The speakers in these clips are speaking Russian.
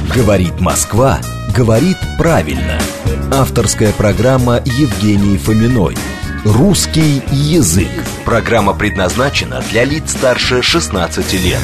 Говорит Москва, говорит правильно. Авторская программа Евгении Фоминой. Русский язык. Программа предназначена для лиц старше 16 лет.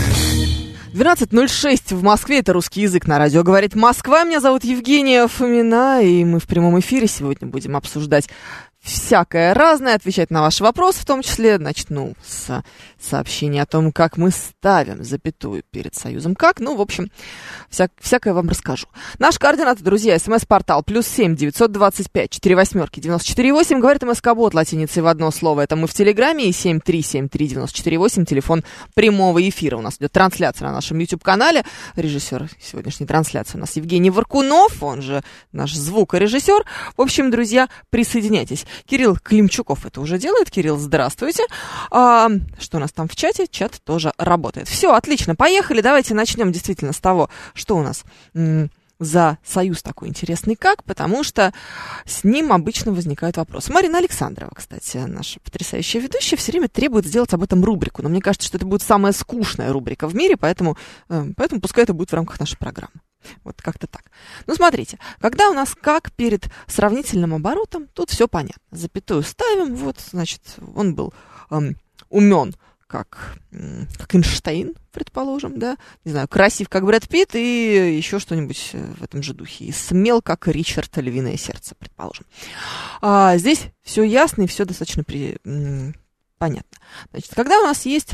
12:06 в Москве, это «Русский язык» на радио «Говорит Москва». Меня зовут Евгения Фомина, и мы в прямом эфире сегодня будем обсуждать всякое разное, отвечать на ваши вопросы, в том числе, с сообщения о том, как мы ставим запятую перед союзом «как». В общем, всякое вам расскажу. Наши координаты, друзья, смс-портал +7 925 48 94 8. Говорит МСК-бот латиницей в одно слово. Это мы в Телеграме. И 7373 94 8. Телефон прямого эфира. У нас идет трансляция на нашем YouTube-канале. Режиссер сегодняшней трансляции у нас Евгений Варкунов, он же наш звукорежиссер. В общем, друзья, присоединяйтесь. Кирилл Климчуков это уже делает. Кирилл, здравствуйте. Что у нас там в чате? Чат тоже работает. Все, отлично, поехали. Давайте начнем действительно с того, что у нас за союз такой интересный как, потому что с ним обычно возникают вопросы. Марина Александрова, кстати, наша потрясающая ведущая, все время требует сделать об этом рубрику, но мне кажется, что это будет самая скучная рубрика в мире, поэтому пускай это будет в рамках нашей программы. Вот как-то так. Смотрите, когда у нас как перед сравнительным оборотом, тут все понятно. Запятую ставим, вот, значит, он был умен, как Эйнштейн, предположим, да, не знаю, красив, как Брэд Питт, и еще что-нибудь в этом же духе, и смел, как Ричард Львиное сердце, предположим. Здесь все ясно и все достаточно понятно. Значит, когда у нас есть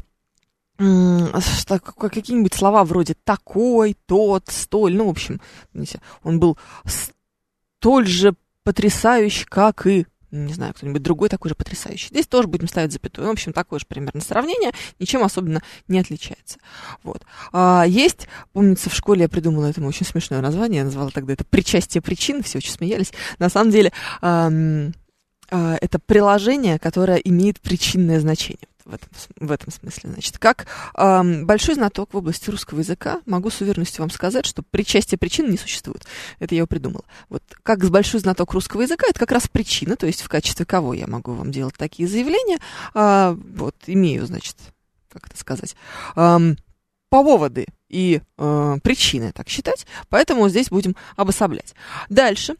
какие-нибудь слова вроде такой, тот, столь, в общем, он был столь же потрясающий, как и, не знаю, кто-нибудь другой такой же потрясающий. Здесь тоже будем ставить запятую. В общем, такое же примерно сравнение, ничем особенно не отличается. Вот. Есть, помнится, в школе я придумала этому очень смешное название, я назвала тогда это «Причастие причин», все очень смеялись. На самом деле, это приложение, которое имеет причинное значение. В этом смысле, значит, как большой знаток в области русского языка, могу с уверенностью вам сказать, что причастие причин не существует. Это я его придумала. Вот как большой знаток русского языка, это как раз причина, то есть в качестве кого я могу вам делать такие заявления. Вот, имею, значит, как это сказать, поводы и причины так считать, поэтому здесь будем обособлять. Дальше.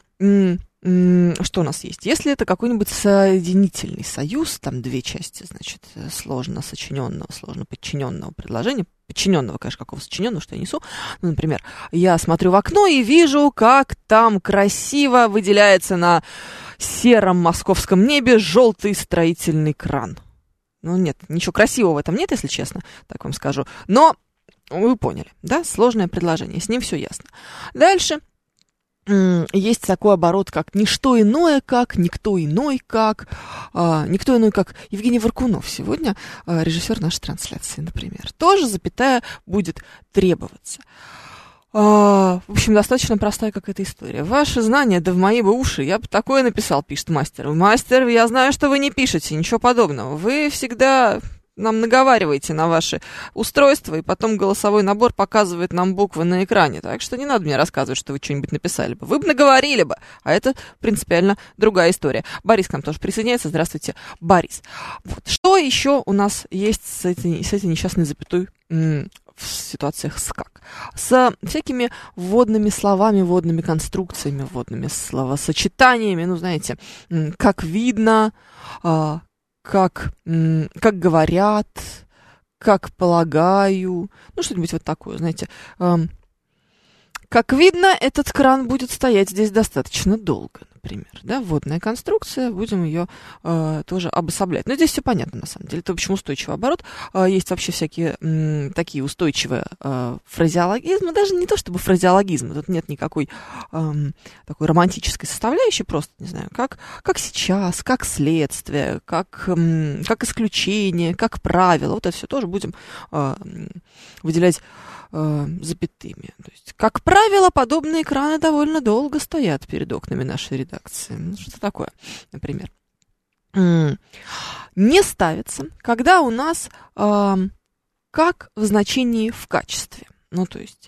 Что у нас есть? Если это какой-нибудь соединительный союз, там две части, значит, сложно сочиненного, сложно подчиненного предложения, подчиненного, конечно, какого сочиненного, что я несу. Например, я смотрю в окно и вижу, как там красиво выделяется на сером московском небе желтый строительный кран. Нет, ничего красивого в этом нет, если честно, так вам скажу. Но вы поняли, да? Сложное предложение, с ним все ясно. Дальше. Есть такой оборот, как «ничто иное как», «никто иной как», «никто иной как» Евгений Варкунов сегодня, режиссер нашей трансляции, например. Тоже запятая будет требоваться. В общем, достаточно простая какая-то история. Ваши знания, да в мои бы уши, я бы такое написал, пишет мастер. Мастер, я знаю, что вы не пишете, ничего подобного. Вы всегда нам наговариваете на ваши устройства, и потом голосовой набор показывает нам буквы на экране. Так что не надо мне рассказывать, что вы что-нибудь написали бы. Вы бы наговорили бы, а это принципиально другая история. Борис к нам тоже присоединяется. Здравствуйте, Борис. Вот. Что еще у нас есть с этой несчастной запятой в ситуациях с «как»? С всякими вводными словами, вводными конструкциями, вводными словосочетаниями, знаете, как видно, как говорят, как полагаю, что-нибудь вот такое, знаете. Как видно, этот кран будет стоять здесь достаточно долго, например, да, вводная конструкция, будем ее тоже обособлять. Но здесь все понятно, на самом деле, это, в общем, устойчивый оборот. Есть вообще всякие такие устойчивые фразеологизмы, даже не то чтобы фразеологизмы, тут нет никакой такой романтической составляющей, просто, не знаю, как сейчас, как следствие, как исключение, как правило, вот это все тоже будем выделять запятыми. То есть, как правило, подобные экраны довольно долго стоят перед окнами нашей редакции. Что такое, например. Не ставится, когда у нас как в значении в качестве. То есть,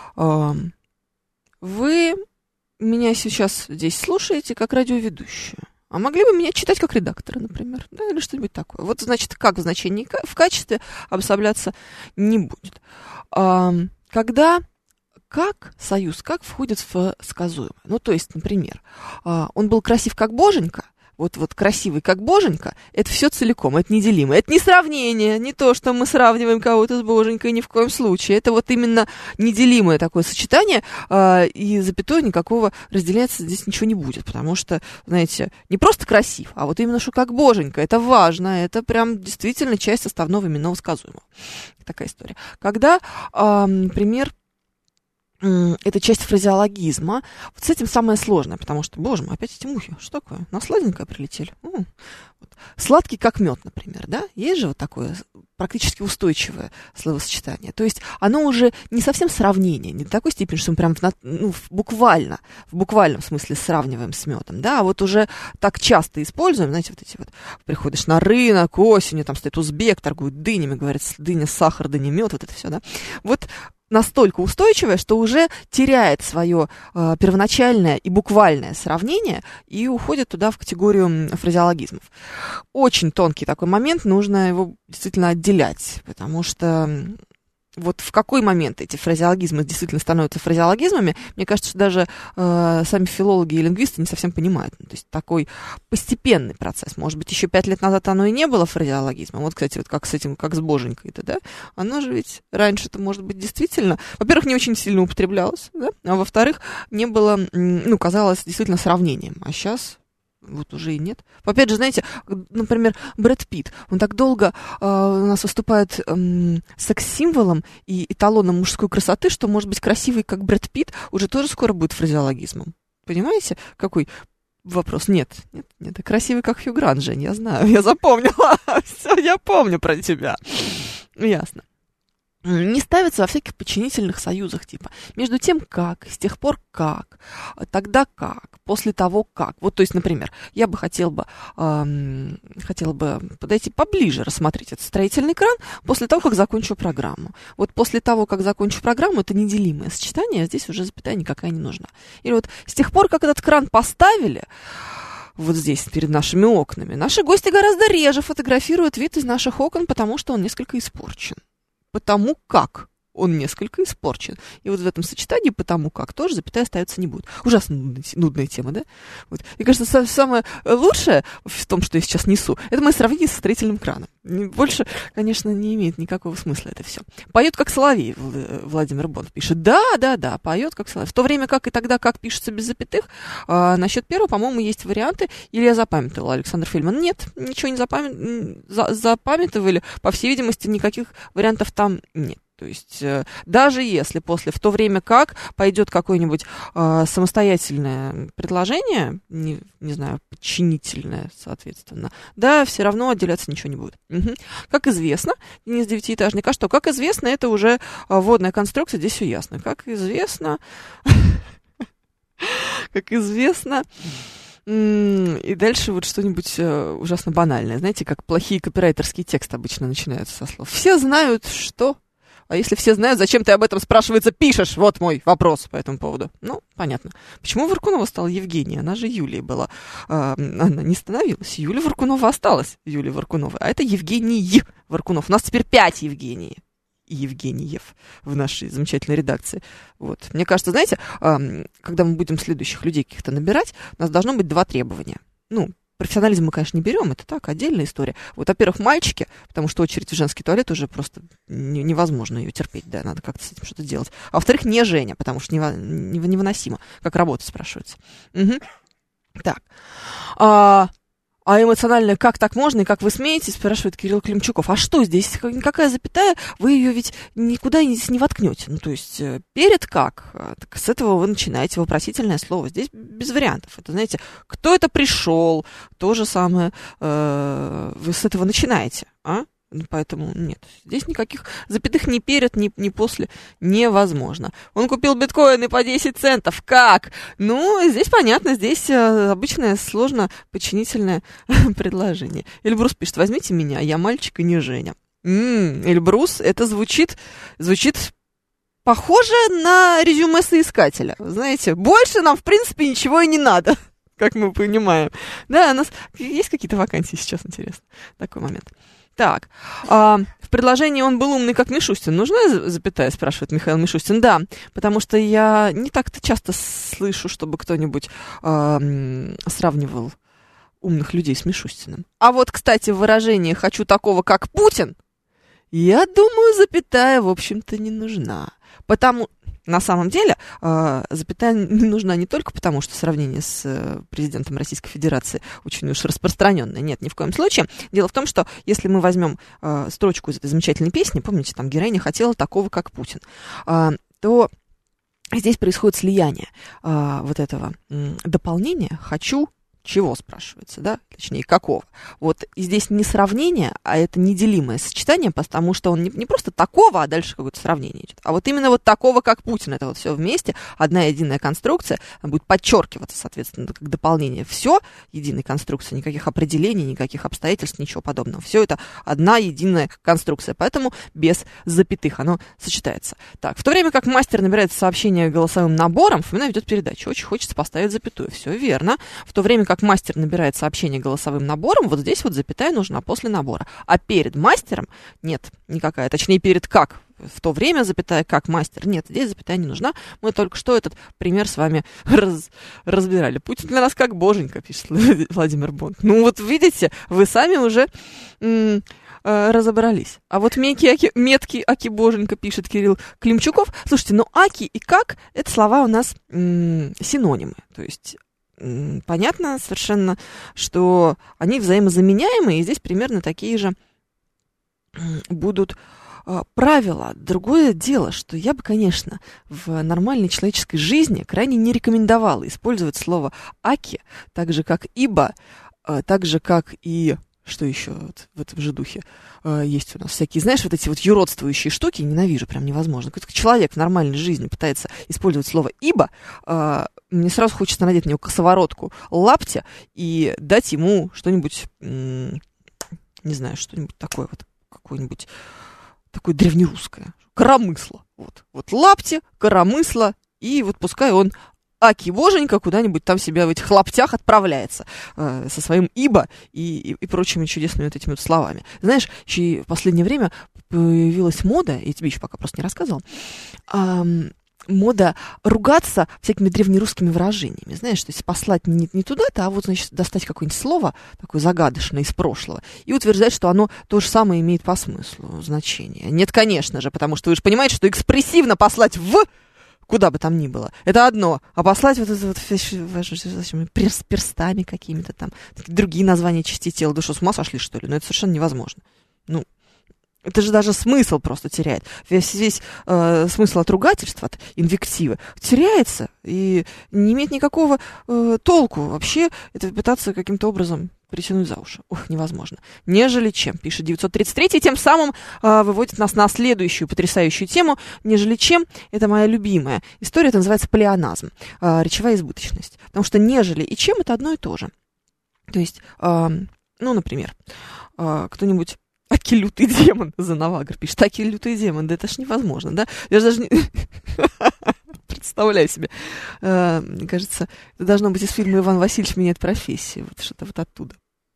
вы меня сейчас здесь слушаете как радиоведущую, а могли бы меня читать как редактора, например, да, или что-нибудь такое. Вот, значит, как в значении в качестве обособляться не будет. Когда как союз, как входит в сказуемое. Ну, то есть, например, он был красив как боженька, вот красивый как боженька, это все целиком, это неделимо. Это не сравнение, не то, что мы сравниваем кого-то с боженькой, ни в коем случае. Это вот именно неделимое такое сочетание, и запятой никакого разделяться здесь ничего не будет, потому что, знаете, не просто красив, а вот именно что как боженька, это важно, это прям действительно часть составного именного сказуемого. Такая история. Когда, например, это часть фразеологизма. Вот с этим самое сложное, потому что, боже мой, опять эти мухи. Что такое? На сладенькое прилетели. Вот. Сладкий как мед, например, да? Есть же вот такое практически устойчивое словосочетание. То есть оно уже не совсем сравнение, не до такой степени, что мы прям в буквальном смысле сравниваем с медом, да, а вот уже так часто используем, знаете, вот эти вот, приходишь на рынок осенью, там стоит узбек, торгует дынями, говорит, дыня, сахар, дыня, мед, вот это все, да. Вот настолько устойчивое, что уже теряет свое первоначальное и буквальное сравнение и уходит туда в категорию фразеологизмов. Очень тонкий такой момент, нужно его действительно отделять, потому что вот в какой момент эти фразеологизмы действительно становятся фразеологизмами, мне кажется, что даже сами филологи и лингвисты не совсем понимают. То есть такой постепенный процесс. Может быть, еще 5 лет назад оно и не было фразеологизмом. Вот, кстати, вот как с этим, как с боженькой-то, да? Оно же ведь раньше-то, может быть, действительно, во-первых, не очень сильно употреблялось, да? А во-вторых, не было, казалось действительно сравнением. А сейчас вот уже и нет. Опять же, знаете, например, Брэд Питт, он так долго у нас выступает секс-символом и эталоном мужской красоты, что, может быть, красивый, как Брэд Питт, уже тоже скоро будет фразеологизмом. Понимаете, какой вопрос? Нет, красивый, как Хью Грант, Жень, я знаю, я запомнила. Все, я помню про тебя. Ясно. Не ставятся во всяких подчинительных союзах, типа между тем как, с тех пор как, тогда как, после того как. Вот, то есть, например, я бы хотела бы подойти поближе, рассмотреть этот строительный кран после того, как закончу программу. Вот после того, как закончу программу, это неделимое сочетание, а здесь уже запятая никакая не нужна. Или вот с тех пор, как этот кран поставили, вот здесь, перед нашими окнами, наши гости гораздо реже фотографируют вид из наших окон, потому что он несколько испорчен. Потому как он несколько испорчен. И вот в этом сочетании «потому как» тоже запятая ставиться не будет. Ужасно нудная тема, да? Вот. Мне кажется, самое лучшее в том, что я сейчас несу, это мое сравнение со строительным краном. Больше, конечно, не имеет никакого смысла это все. Поет как соловей, Владимир Бонд пишет. Да, поет как соловей. В то время как и тогда, как пишется без запятых, насчет первого, по-моему, есть варианты. Или я запамятовала, Александр Фельдман. Нет, ничего не запамятовали. По всей видимости, никаких вариантов там нет. То есть даже если после «в то время как» пойдет какое-нибудь самостоятельное предложение, не знаю, подчинительное, соответственно, да, все равно отделяться ничего не будет. Угу. Как известно, Денис Девятиэтажник, а что? Как известно, это уже вводная конструкция, здесь все ясно. Как известно, и дальше вот что-нибудь ужасно банальное. Знаете, как плохие копирайтерские тексты обычно начинаются со слов. Все знают, что... А если все знают, зачем ты об этом, спрашивается, пишешь? Вот мой вопрос по этому поводу. Ну, понятно. Почему Варкунова стала Евгения? Она же Юлия была. Она не становилась. Юлия Варкунова осталась. Юлия Варкунова. А это Евгений Варкунов. У нас теперь 5 Евгений. И Евгениев в нашей замечательной редакции. Вот. Мне кажется, знаете, когда мы будем следующих людей каких-то набирать, у нас должно быть 2 требования. Профессионализм мы, конечно, не берем, это так, отдельная история. Вот, во-первых, мальчики, потому что очередь в женский туалет уже просто невозможно ее терпеть, да, надо как-то с этим что-то делать. А во-вторых, не Женя, потому что невыносимо, как работа спрашивается. Угу. Так. А эмоциональное «как так можно» и «как вы смеетесь?» спрашивает Кирилл Климчуков. А что здесь? Какая запятая? Вы ее ведь никуда не воткнете. То есть перед «как», так с этого вы начинаете вопросительное слово. Здесь без вариантов. Это, знаете, кто это пришел? То же самое вы с этого начинаете, а? Поэтому нет, здесь никаких запятых ни перед, ни после невозможно. Он купил биткоины по 10 центов. Как? Здесь понятно, здесь обычное сложно подчинительное предложение. Эльбрус пишет: возьмите меня, я мальчик и не Женя. Эльбрус, это звучит похоже на резюме соискателя. Знаете, больше нам, в принципе, ничего и не надо, как мы понимаем. Да, у нас есть какие-то вакансии сейчас, интересно. Такой момент. Так, в предложении «он был умный, как Мишустин» нужна запятая, спрашивает Михаил Мишустин. Да, потому что я не так-то часто слышу, чтобы кто-нибудь сравнивал умных людей с Мишустиным. А вот, кстати, выражение «хочу такого, как Путин», я думаю, запятая, в общем-то, не нужна. Потому, на самом деле, запятая не нужна не только потому, что сравнение с президентом Российской Федерации очень уж распространенное. Нет, ни в коем случае. Дело в том, что если мы возьмем строчку из этой замечательной песни, помните, там героиня хотела такого, как Путин, то здесь происходит слияние вот этого дополнения «хочу». Чего, спрашивается, да? Точнее, какого? Вот и здесь не сравнение, а это неделимое сочетание, потому что он не просто такого, а дальше какое-то сравнение идет. А вот именно вот такого, как Путин, это вот все вместе, одна единая конструкция, она будет подчеркиваться, соответственно, как дополнение. Все единой конструкции, никаких определений, никаких обстоятельств, ничего подобного. Все это одна единая конструкция, поэтому без запятых оно сочетается. Так, в то время как мастер набирает сообщение голосовым набором, Фомина ведет передачу. Очень хочется поставить запятую. Все верно. В то время как мастер набирает сообщение голосовым набором, вот здесь вот запятая нужна после набора. А перед мастером нет никакая, точнее перед как. В то время запятая как мастер. Нет, здесь запятая не нужна. Мы только что этот пример с вами разбирали. Путин для нас как боженька, пишет Владимир Бонд. Ну вот видите, вы сами уже разобрались. А вот меткий аки боженька, пишет Кирилл Климчуков. Слушайте, ну аки и как, это слова у нас синонимы. То есть понятно совершенно, что они взаимозаменяемые, и здесь примерно такие же будут правила. Другое дело, что я бы, конечно, в нормальной человеческой жизни крайне не рекомендовала использовать слово «аки», так же, как «ибо», так же, как и... Что еще вот в этом же духе есть у нас? Всякие, знаешь, вот эти вот юродствующие штуки, ненавижу, прям невозможно. Когда человек в нормальной жизни пытается использовать слово «ибо», мне сразу хочется надеть на него косоворотку лаптя и дать ему что-нибудь, не знаю, что-нибудь такое вот, какое-нибудь такое древнерусское. Коромысло. Вот лапти, коромысло, и вот пускай он аки боженька куда-нибудь там себя в этих лаптях отправляется со своим «ибо» и прочими чудесными вот этими вот словами. Знаешь, еще и в последнее время появилась мода, я тебе еще пока просто не рассказывала, мода ругаться всякими древнерусскими выражениями. Знаешь, то есть послать не туда-то, а вот, значит, достать какое-нибудь слово такое загадочное из прошлого и утверждать, что оно то же самое имеет по смыслу значение. Нет, конечно же, потому что вы же понимаете, что экспрессивно послать в куда бы там ни было. Это одно. А послать вот это вот перстами какими-то там, другие названия частей тела. Да что, с ума сошли, что ли? Ну, это совершенно невозможно. Ну, это же даже смысл просто теряет. Весь смысл от ругательства, от инвективы теряется и не имеет никакого толку. Вообще это пытаться каким-то образом притянуть за уши. Невозможно. Нежели чем, пишет 933, и тем самым выводит нас на следующую потрясающую тему. Нежели чем, это моя любимая история, это называется плеоназм, речевая избыточность. Потому что нежели и чем это одно и то же. То есть, ну, например, кто-нибудь аки лютый демон, Занавагр пишет, аки лютый демон, да это ж невозможно, да? Я же даже не... представляю себе. Мне кажется, это должно быть из фильма «Иван Васильевич меняет профессию». Вот что-то вот оттуда.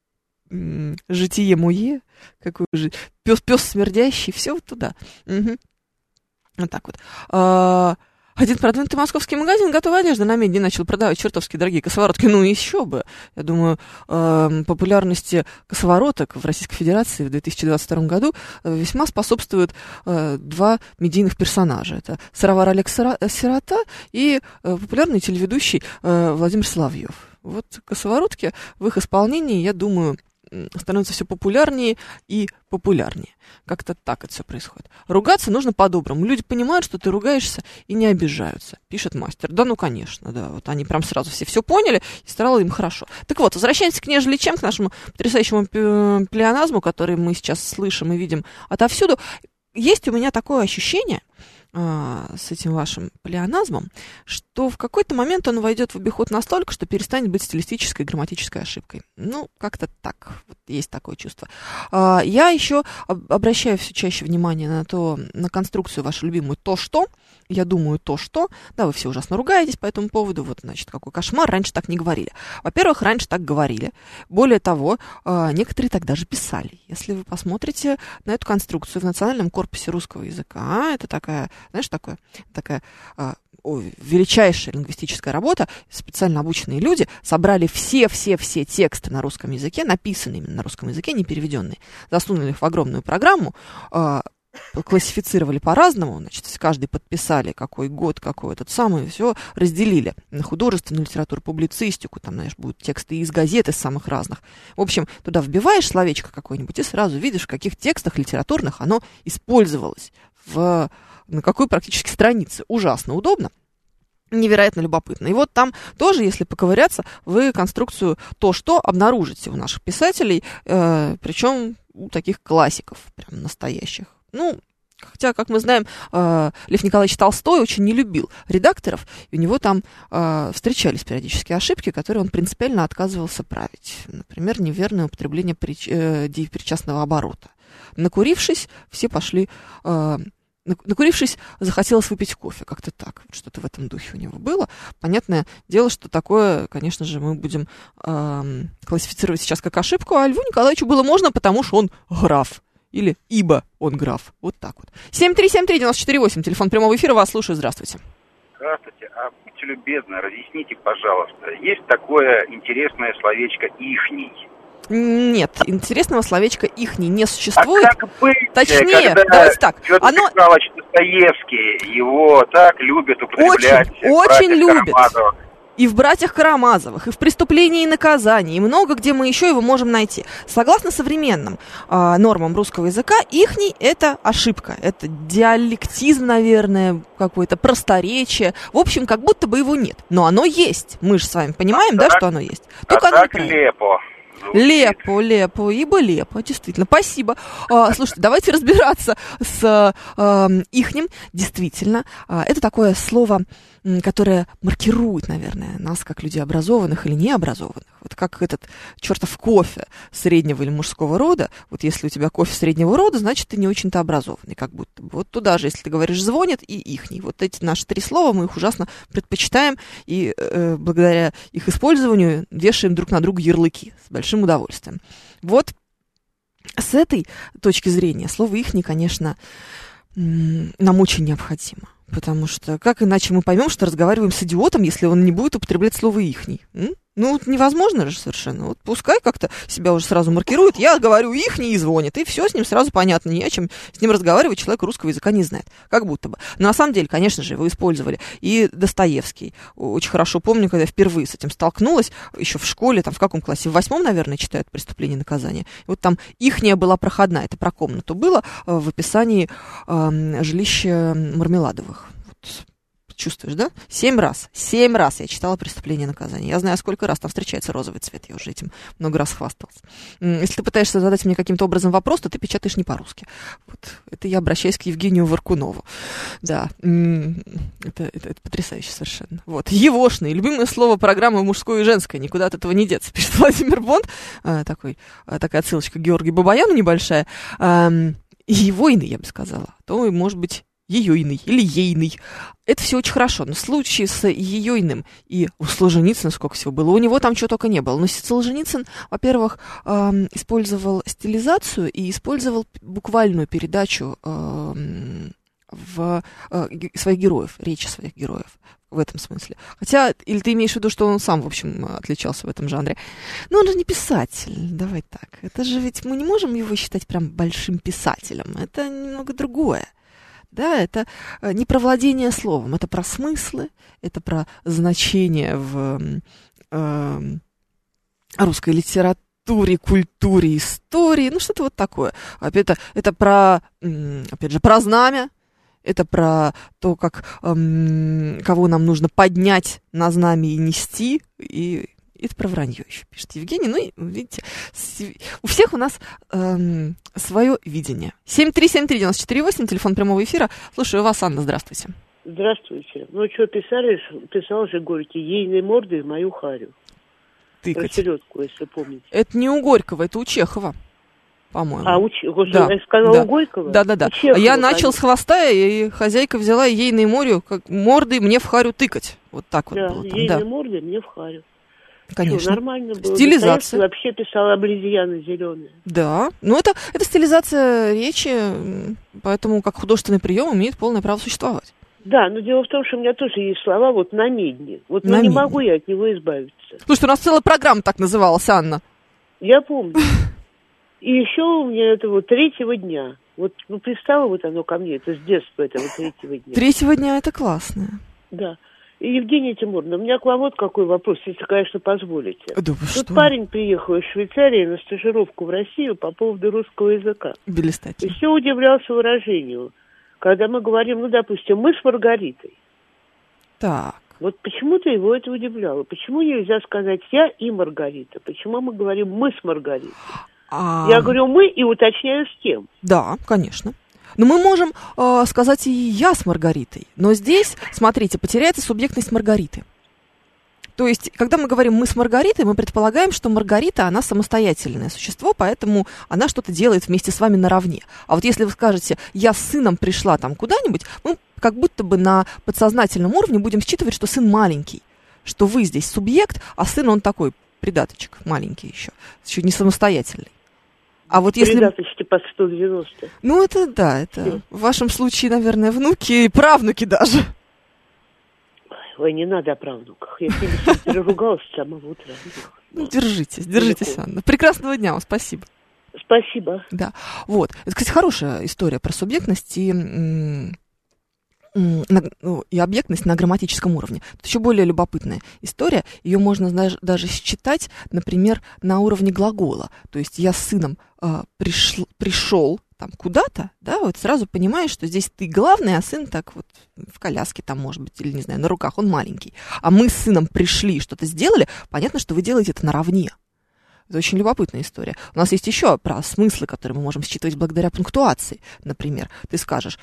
Житие мое, какой же пес смердящий, все вот туда. Угу. Вот так вот. Один продвинутый московский магазин готовой одежды на Медне начал продавать чертовски дорогие косоворотки. Ну, еще бы. Я думаю, популярности косовороток в Российской Федерации в 2022 году весьма способствуют два медийных персонажа. Это сыровар Олег Сирота и популярный телеведущий Владимир Соловьев. Вот косоворотки в их исполнении, я думаю, становятся все популярнее и популярнее. Как-то так это все происходит. Ругаться нужно по-доброму. Люди понимают, что ты ругаешься, и не обижаются, пишет мастер. Да, ну, конечно, да. Вот они прям сразу все поняли, и стало им хорошо. Так вот, возвращаемся к нежели чем, к нашему потрясающему плеоназму, который мы сейчас слышим и видим отовсюду. Есть у меня такое ощущение с этим вашим плеоназмом, что в какой-то момент он войдет в обиход настолько, что перестанет быть стилистической и грамматической ошибкой. Ну, как-то так. Вот есть такое чувство. Я еще обращаю все чаще внимание на конструкцию вашу любимую «то что». я думаю то, что... Да, вы все ужасно ругаетесь по этому поводу. Вот, значит, какой кошмар. Раньше так не говорили. Во-первых, раньше так говорили. Более того, некоторые так даже писали. Если вы посмотрите на эту конструкцию в Национальном корпусе русского языка, это такая, знаешь, такая величайшая лингвистическая работа. Специально обученные люди собрали все тексты на русском языке, написанные именно на русском языке, не переведенные, засунули их в огромную программу, классифицировали по-разному, значит, каждый подписали, какой год, какой этот самый, все разделили на художественную литературу, публицистику, там, знаешь, будут тексты из газет, из самых разных. В общем, туда вбиваешь словечко какое-нибудь и сразу видишь, в каких текстах литературных оно использовалось, на какой практически странице. Ужасно удобно. Невероятно любопытно. И вот там тоже, если поковыряться, вы конструкцию то, что обнаружите у наших писателей, причем у таких классиков, прям настоящих. Ну, хотя, как мы знаем, Лев Николаевич Толстой очень не любил редакторов, и у него там встречались периодически ошибки, которые он принципиально отказывался править. Например, неверное употребление причастного оборота. Накурившись, все пошли... Накурившись, захотелось выпить кофе, как-то так, что-то в этом духе у него было. Понятное дело, что такое, конечно же, мы будем классифицировать сейчас как ошибку, а Льву Николаевичу было можно, потому что он граф. Или ибо он граф. Вот так вот. 7373948, телефон прямого эфира, вас слушаю, здравствуйте. Здравствуйте, а будьте любезны, разъясните, пожалуйста, есть такое интересное словечко «ихний»? Нет, интересного словечка «ихний» не существует. А как быть, точнее, давайте так. Федор Михайлович Достоевский его так любит употреблять. Очень любит. И в «Братьях Карамазовых», и в «Преступлении и наказании», и много где мы еще его можем найти. Согласно современным нормам русского языка, «ихний» — это ошибка, это диалектизм, наверное, какое-то просторечие. В общем, как будто бы его нет. Но оно есть. Мы же с вами понимаем, да, что оно есть. Только оно так лепо. Лепо, ибо лепо, действительно. Спасибо. Слушайте, давайте разбираться с ихним. Действительно, это такое слово, которое маркирует, наверное, нас как людей образованных или необразованных. Вот как этот чертов кофе среднего или мужского рода. Вот если у тебя кофе среднего рода, значит, ты не очень-то образованный, как будто бы. Вот туда же, если ты говоришь «звонит» и «ихний». Вот эти наши три слова, мы их ужасно предпочитаем, и благодаря их использованию вешаем друг на друга ярлыки с большим удовольствием. Вот с этой точки зрения слово «ихний», конечно, нам очень необходимо. Потому что как иначе мы поймем, что разговариваем с идиотом, если он не будет употреблять слово «ихний»? Ну, невозможно же совершенно. Вот пускай как-то себя уже сразу маркирует. Я говорю «ихний» и звонит, и все с ним сразу понятно. Не о чем с ним разговаривать, человек русского языка не знает. Как будто бы. Но на самом деле, конечно же, его использовали. И Достоевский. Очень хорошо помню, когда я впервые с этим столкнулась, еще в школе, там в каком классе? В 8, наверное, читают «Преступление и наказание». И вот там «ихняя» была проходная. Это про комнату было в описании жилища Мармеладовых. Вот. Чувствуешь, да? 7 раз я читала «Преступление и наказание». Я знаю, сколько раз там встречается розовый цвет. Я уже этим много раз хвасталась. Если ты пытаешься задать мне каким-то образом вопрос, то ты печатаешь не по-русски. Вот. Это я обращаюсь к Евгению Варкунову. Да, это потрясающе совершенно. Вот. Егошный. Любимое слово программы «Мужское и женское». Никуда от этого не деться. Пишет Владимир Бонд. Такая отсылочка к Георгию Бабаяну небольшая. Егойный, я бы сказала. То, может быть, Ейойный или ейный. Это все очень хорошо. Но в случае с Ейойным и у Солженицына сколько всего было, у него там чего только не было. Но Солженицын, во-первых, использовал стилизацию и использовал буквальную передачу своих героев, речи своих героев. В этом смысле. Хотя, или ты имеешь в виду, что он сам, в общем, отличался в этом жанре. Но он же не писатель, давай так. Это же ведь мы не можем его считать прям большим писателем. Это немного другое. Да, это не про владение словом, это про смыслы, это про значение в русской литературе, культуре, истории, ну что-то вот такое. Это про, опять же, про знамя, это про то, как кого нам нужно поднять на знамя и нести, и это про вранье еще пишет Евгений. Ну, и, видите, у всех у нас свое видение. 7373948, телефон прямого эфира. Слушаю вас, Анна, здравствуйте. Здравствуйте. Ну, что писал же Горький, ейной мордой в мою харю. Тыкать. Про селедку, если помните. Это не у Горького, это у Чехова. по-моему. Я сказала Горького? Да. Я начал с хвоста, и хозяйка взяла ейной морю, как мордой мне в харю тыкать. Вот так вот было. Ейной мордой мне в харю. Конечно. Что, нормально было. Стилизация. Вообще писала обезьяны зеленые. Да. Ну, это стилизация речи, поэтому как художественный прием имеет полное право существовать. Да, но дело в том, что у меня тоже есть слова вот на медне. Вот не могу я от него избавиться. Слушай, у нас целая программа так называлась, Анна. Я помню. И еще у меня это вот 3-го дня. Вот, пристало вот оно ко мне, это с детства этого 3-го дня. 3-го дня это классно. Да. И, Евгения Тимуровна, у меня к вам вот какой вопрос, если, конечно, позволите. Да вы что? Тут парень приехал из Швейцарии на стажировку в Россию по поводу русского языка. Блистательно. И все удивлялся выражению, когда мы говорим, допустим, мы с Маргаритой. Так. Вот почему-то его это удивляло. Почему нельзя сказать «я и Маргарита»? Почему мы говорим «мы с Маргаритой»? Я говорю «мы» и уточняю с кем. Да, конечно. Но мы можем сказать и «я с Маргаритой». Но здесь, смотрите, потеряется субъектность Маргариты. То есть, когда мы говорим «мы с Маргаритой», мы предполагаем, что Маргарита, она самостоятельное существо, поэтому она что-то делает вместе с вами наравне. А вот если вы скажете «я с сыном пришла там куда-нибудь», мы как будто бы на подсознательном уровне будем считывать, что сын маленький, что вы здесь субъект, а сын он такой придаточек маленький еще не самостоятельный. А вот если... Придаточки под 190. Ну, это да, это в вашем случае, наверное, внуки и правнуки даже. Ой, не надо о правнуках. Я с ними переругалась с самого утра. Ну, держитесь, Анна. Прекрасного дня вам, спасибо. Спасибо. Да, вот. Это, кстати, хорошая история про субъектность и объектность на грамматическом уровне. Тут еще более любопытная история. Ее можно даже считать, например, на уровне глагола. То есть я с сыном пришел там куда-то, да, вот сразу понимаешь, что здесь ты главный, а сын так вот в коляске там, может быть, или, не знаю, на руках, он маленький. А мы с сыном пришли, что-то сделали, понятно, что вы делаете это наравне. Это очень любопытная история. У нас есть еще про смыслы, которые мы можем считывать благодаря пунктуации. Например, ты скажешь...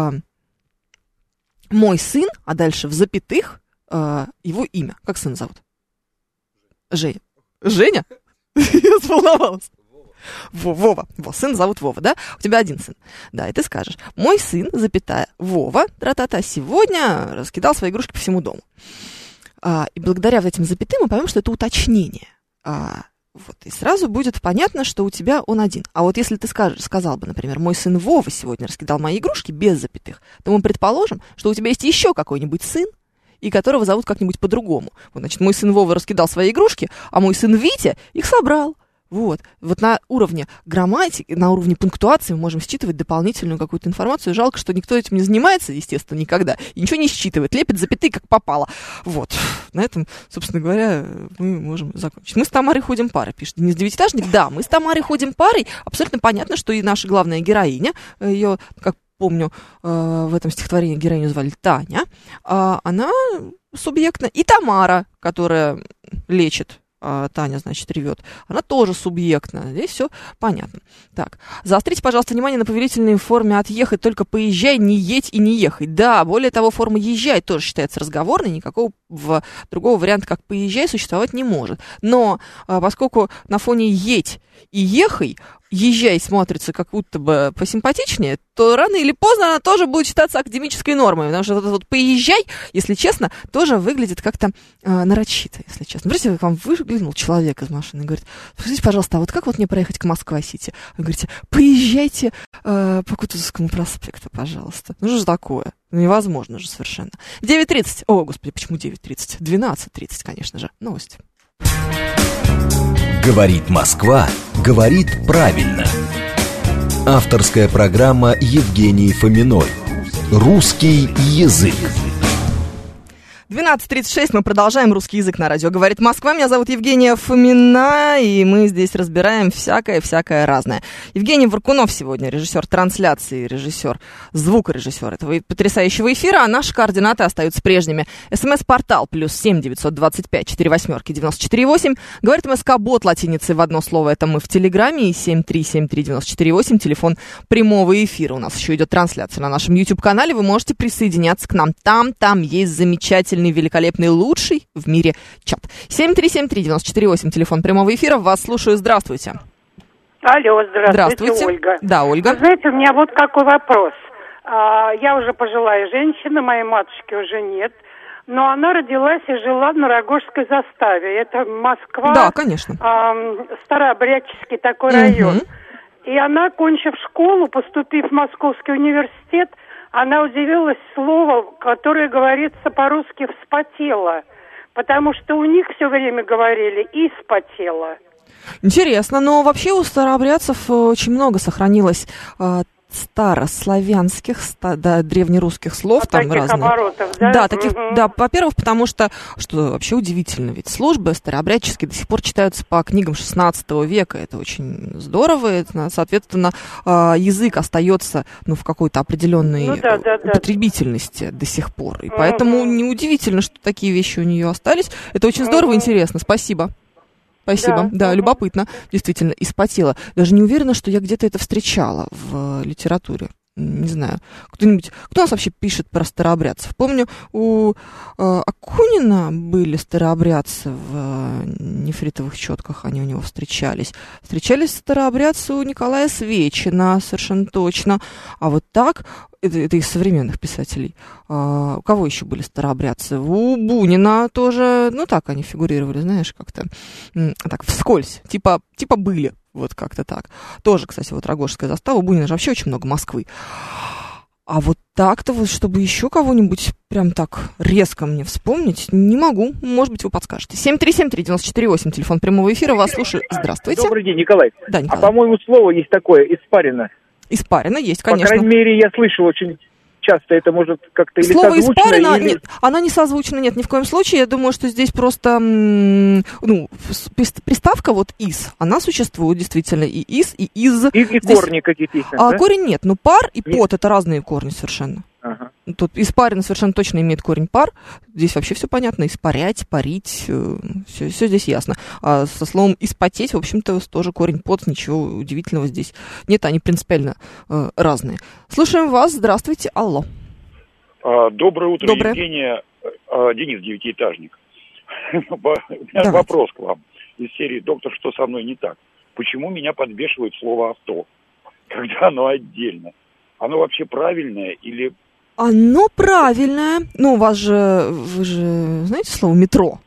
мой сын, а дальше в запятых его имя. Как сына зовут? Женя. Женя? Я заволновалась. Вова. Сын зовут Вова, да? У тебя один сын. Да, и ты скажешь, мой сын, запятая, Вова, тра-та-та, сегодня раскидал свои игрушки по всему дому. И благодаря вот этим запятым мы поймем, что это уточнение. Вот, и сразу будет понятно, что у тебя он один. А вот если ты сказал бы, например, мой сын Вова сегодня раскидал мои игрушки без запятых, то мы предположим, что у тебя есть еще какой-нибудь сын, и которого зовут как-нибудь по-другому. Вот, значит, мой сын Вова раскидал свои игрушки, а мой сын Витя их собрал. Вот на уровне грамматики, на уровне пунктуации мы можем считывать дополнительную какую-то информацию. Жалко, что никто этим не занимается, естественно, никогда, и ничего не считывает, лепит запятые, как попало. Вот, на этом, собственно говоря, мы можем закончить. Мы с Тамарой ходим парой, пишет Денис Девятиэтажник. Да, мы с Тамарой ходим парой. Абсолютно понятно, что и наша главная героиня, ее, как помню, в этом стихотворении героиню звали Таня, она субъектна. И Тамара, которая лечит, Таня, значит, ревет, она тоже субъектна. Здесь все понятно. Так, заострите, пожалуйста, внимание на повелительной форме «отъехать», только «поезжай», «не едь» и «не ехай». Да, более того, форма «езжай» тоже считается разговорной, никакого другого варианта, как «поезжай», существовать не может. Но поскольку на фоне «едь» и «ехай» «езжай» смотрится как будто бы посимпатичнее, то рано или поздно она тоже будет считаться академической нормой, потому что вот «поезжай», если честно, тоже выглядит как-то нарочито, если честно. Смотрите, к вам выглянул человек из машины и говорит: скажите, пожалуйста, а вот как вот мне проехать к Москва-Сити? Вы говорите: поезжайте по Кутузовскому проспекту, пожалуйста. Ну что же такое? Невозможно же совершенно. 9:30. О, господи, почему 9:30? 12:30, конечно же. Новости. Говорит Москва, говорит правильно. Авторская программа Евгении Фоминой. Русский язык. 12:36, мы продолжаем «Русский язык» на радио «Говорит Москва». Меня зовут Евгения Фомина, и мы здесь разбираем всякое разное. Евгений Варкунов сегодня, режиссер трансляции, звукорежиссер этого потрясающего эфира, а наши координаты остаются прежними. СМС-портал +7 925 48 94 8. Говорит МСК-бот латиницей в одно слово, это мы в Телеграме, и 7373948, телефон прямого эфира. У нас еще идет трансляция на нашем YouTube-канале, вы можете присоединяться к нам. Там есть замечательный, великолепный, лучший в мире чат. 7373948, телефон прямого эфира. Вас слушаю. Здравствуйте. Алло, здравствуйте, Ольга. Да, Ольга. Вы знаете, у меня вот какой вопрос. Я уже пожилая женщина, моей матушки уже нет, но она родилась и жила на Рогожской заставе. Это Москва. Да, конечно. Старообрядческий такой район. И она, кончив школу, поступив в Московский университет, она удивилась слову, которое говорится по-русски «вспотела», потому что у них все время говорили «испотела». Интересно, но вообще у старообрядцев очень много сохранилось старославянских, древнерусских слов, там таких разные. Оборотов, да? Да, таких, да, во-первых, потому что вообще удивительно, ведь службы старообрядческие до сих пор читаются по книгам XVI века, это очень здорово, это, соответственно, язык остается, в какой-то определенной употребительности до сих пор, и поэтому неудивительно, что такие вещи у нее остались, это очень здорово и интересно, спасибо. Спасибо. Да, любопытно. Действительно, испотела. Даже не уверена, что я где-то это встречала в литературе. Не знаю. Кто у нас вообще пишет про старообрядцев? Помню, у Акунина были старообрядцы в нефритовых четках, они у него встречались. Встречались старообрядцы у Николая Свечина, совершенно точно. А вот так, это из современных писателей. У кого еще были старообрядцы? У Бунина тоже, так они фигурировали, знаешь, как-то так вскользь, типа были. Вот как-то так. Тоже, кстати, вот Рогожская застава. У Бунина же вообще очень много Москвы. А вот так-то, вот, чтобы еще кого-нибудь прям так резко мне вспомнить, не могу. Может быть, вы подскажете. 7373948, телефон прямого эфира. Вас слушаю. Здравствуйте. Добрый день, Николай. Да, Николай. По-моему, слово есть такое, испарина. Испарина есть, конечно. По крайней мере, я слышал очень часто, это может как-то или слово созвучно, испарина, или... нет, она не созвучна, нет, ни в коем случае. Я думаю, что здесь просто, приставка вот «из», она существует действительно и «из», и «из». И здесь... корни какие-то есть, да? Корень нет, но пар и пот — это разные корни совершенно. Ага. Тут испарина совершенно точно имеет корень пар. Здесь вообще все понятно. Испарять, парить, все здесь ясно. А со словом испотеть, в общем-то, тоже корень пот, ничего удивительного здесь нет, они принципиально разные. Слушаем вас, здравствуйте, алло. Доброе утро, Доброе. Евгения. Денис, девятиэтажник. У меня вопрос к вам из серии «Доктор, что со мной не так?» Почему меня подбешивает слово «авто», когда оно отдельно? Оно вообще правильное или... Оно правильное. Вы же знаете слово «метро»?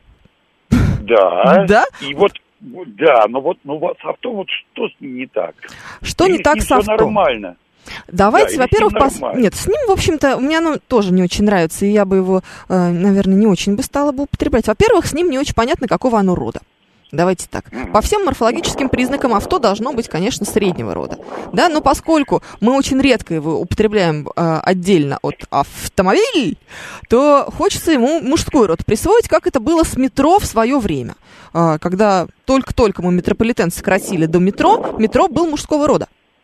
Да. Да? И вот, да, но вот с авто вот что с ним не так? Что не так с авто? Нормально. Давайте, во-первых, нет, с ним, в общем-то, мне оно тоже не очень нравится, и я бы его, наверное, не очень бы стала бы употреблять. Во-первых, с ним не очень понятно, какого оно рода. Давайте так. По всем морфологическим признакам авто должно быть, конечно, среднего рода. Да, но поскольку мы очень редко его употребляем отдельно от автомобиль, то хочется ему мужской род присвоить, как это было с метро в свое время. Когда только-только мы метрополитен сократили до метро, метро был мужского рода.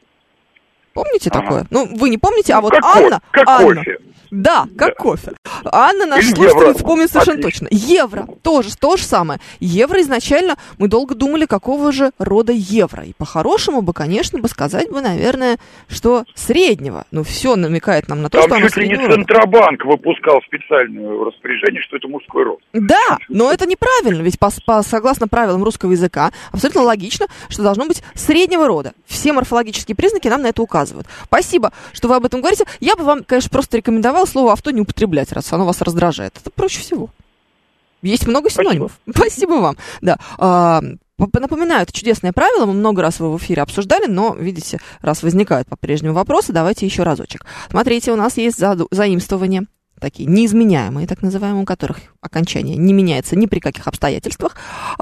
Помните такое? Вы не помните, а вот Анна... кофе. Да, как кофе. Анна, наш слушатель, вспомнит совершенно точно. Евро, тоже то же самое. Евро изначально, мы долго думали, какого же рода евро. И по-хорошему бы, конечно, сказать бы, наверное, что среднего. Все намекает нам на то, что оно среднего рода. Там чуть ли не Центробанк выпускал специальное распоряжение, что это мужской род. Да, но это неправильно, ведь согласно правилам русского языка, абсолютно логично, что должно быть среднего рода. Все морфологические признаки нам на это указывают. Спасибо, что вы об этом говорите. Я бы вам, конечно, просто рекомендовала слово «авто» не употреблять, раз оно вас раздражает. Это проще всего. Есть много синонимов. Спасибо вам. Да. Напоминаю, это чудесное правило, мы много раз его в эфире обсуждали, но, видите, раз возникают по-прежнему вопросы, давайте еще разочек. Смотрите, у нас есть заимствования, такие неизменяемые, так называемые, у которых окончание не меняется ни при каких обстоятельствах.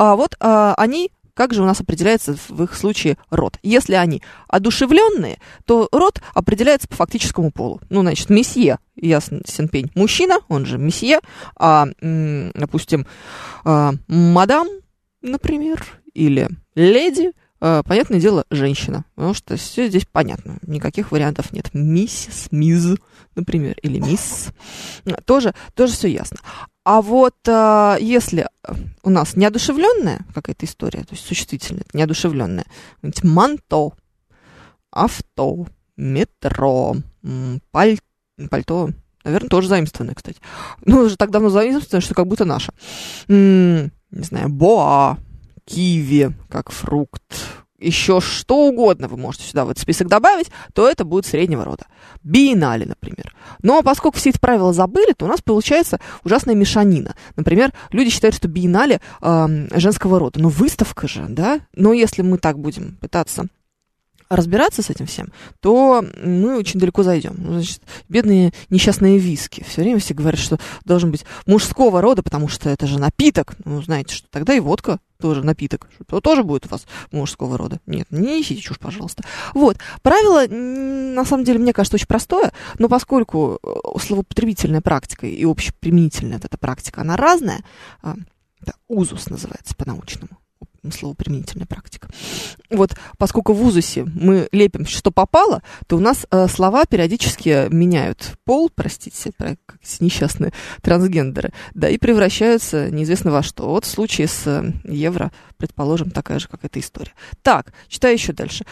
Они... Как же у нас определяется в их случае род? Если они одушевленные, то род определяется по фактическому полу. Значит, месье, ясен пень, мужчина, он же месье, допустим, мадам, например, или леди, понятное дело, женщина. Потому что все здесь понятно, никаких вариантов нет. Миссис, мисс, например, или мисс. Тоже все ясно. А вот если у нас неодушевленная какая-то история, то есть существительное, неодушевленное, манто, авто, метро, пальто, наверное, тоже заимствованное, кстати. Уже так давно заимствованное, что как будто наше. Не знаю, боа, киви, как фрукт, еще что угодно вы можете сюда в этот список добавить, то это будет среднего рода. Биеннале, например. Но поскольку все эти правила забыли, то у нас получается ужасная мешанина. Например, люди считают, что биеннале женского рода. Но выставка же, да? Но если мы так будем пытаться разбираться с этим всем, то мы очень далеко зайдем. Значит, бедные несчастные виски. Все время все говорят, что должен быть мужского рода, потому что это же напиток. Ну, знаете, что тогда и водка тоже напиток. Что тоже будет у вас мужского рода. Нет, не несите чушь, пожалуйста. Вот. Правило, на самом деле, мне кажется, очень простое, но поскольку словоупотребительная практика и общеприменительная эта практика, она разная, это узус называется по-научному. Словоприменительная практика. Вот, поскольку в узусе мы лепим, что попало, то у нас слова периодически меняют пол, простите, как несчастные трансгендеры, да, и превращаются неизвестно во что. Вот в случае с евро, предположим, такая же какая-то история. Так, читаю еще дальше.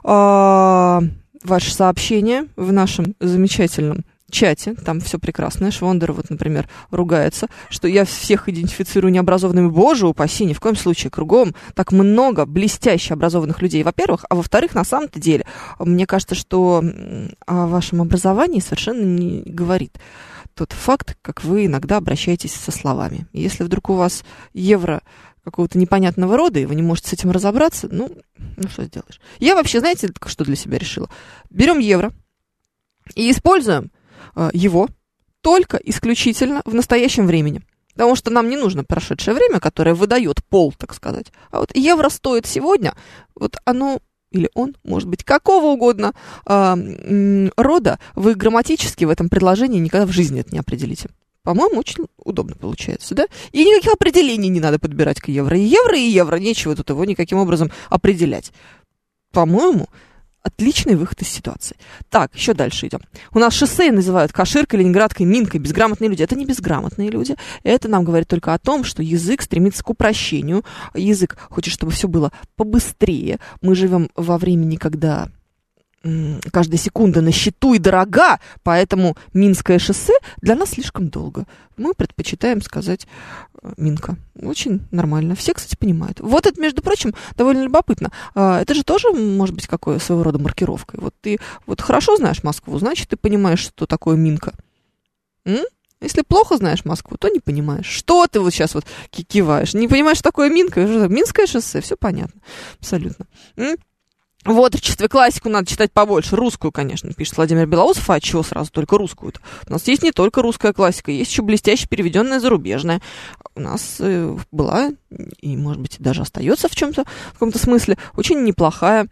Ваше сообщение в нашем замечательном чате, там все прекрасно. Швондер, вот, например, ругается, что я всех идентифицирую необразованными. Боже упаси, ни в коем случае. Кругом так много блестяще образованных людей, во-первых. А во-вторых, на самом-то деле, мне кажется, что о вашем образовании совершенно не говорит тот факт, как вы иногда обращаетесь со словами. Если вдруг у вас евро какого-то непонятного рода, и вы не можете с этим разобраться, ну что сделаешь. Я вообще, знаете, что для себя решила? Берем евро и используем его только исключительно в настоящем времени. Потому что нам не нужно прошедшее время, которое выдает пол, так сказать. А вот евро стоит сегодня, вот оно или он может быть какого угодно рода, вы грамматически в этом предложении никогда в жизни это не определите. По-моему, очень удобно получается, да? И никаких определений не надо подбирать к евро. И евро, нечего тут его никаким образом определять. По-моему, отличный выход из ситуации. Так, еще дальше идем. У нас шоссе называют Каширкой, Ленинградкой, Минкой. Безграмотные люди. Это не безграмотные люди. Это нам говорит только о том, что язык стремится к упрощению. Язык хочет, чтобы все было побыстрее. Мы живем во времени, когда каждая секунда на счету и дорога, поэтому Минское шоссе для нас слишком долго. Мы предпочитаем сказать Минка. Очень нормально. Все, кстати, понимают. Вот это, между прочим, довольно любопытно. Это же тоже может быть какой своего рода маркировкой. Вот ты вот хорошо знаешь Москву, значит, ты понимаешь, что такое Минка. Если плохо знаешь Москву, то не понимаешь. Что ты вот сейчас вот киваешь? Не понимаешь, что такое Минка? Минское шоссе, все понятно. Абсолютно. В отрочестве классику надо читать побольше. Русскую, конечно, пишет Владимир Белоусов. А чего сразу только русскую-то? У нас есть не только русская классика, есть еще блестяще переведенная зарубежная. У нас была, и, может быть, даже остается в каком-то смысле, очень неплохая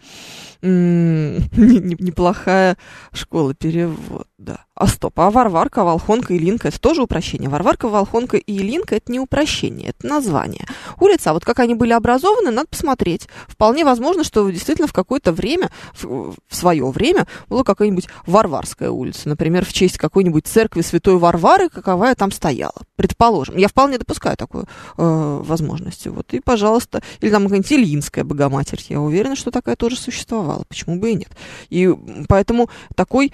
школа перевода. А стоп, а Варварка, Волхонка и Илинка — это тоже упрощение. Варварка, Волхонка и Илинка — это не упрощение, это название. Улица, а вот как они были образованы, надо посмотреть. Вполне возможно, что действительно в какое-то время, в свое время, была какая-нибудь Варварская улица. Например, в честь какой-нибудь церкви Святой Варвары, каковая там стояла. Предположим. Я вполне допускаю такую возможность. Вот. И, пожалуйста, или там какая-нибудь Ильинская Богоматерь. Я уверена, что такая тоже существовала. Почему бы и нет? И поэтому такой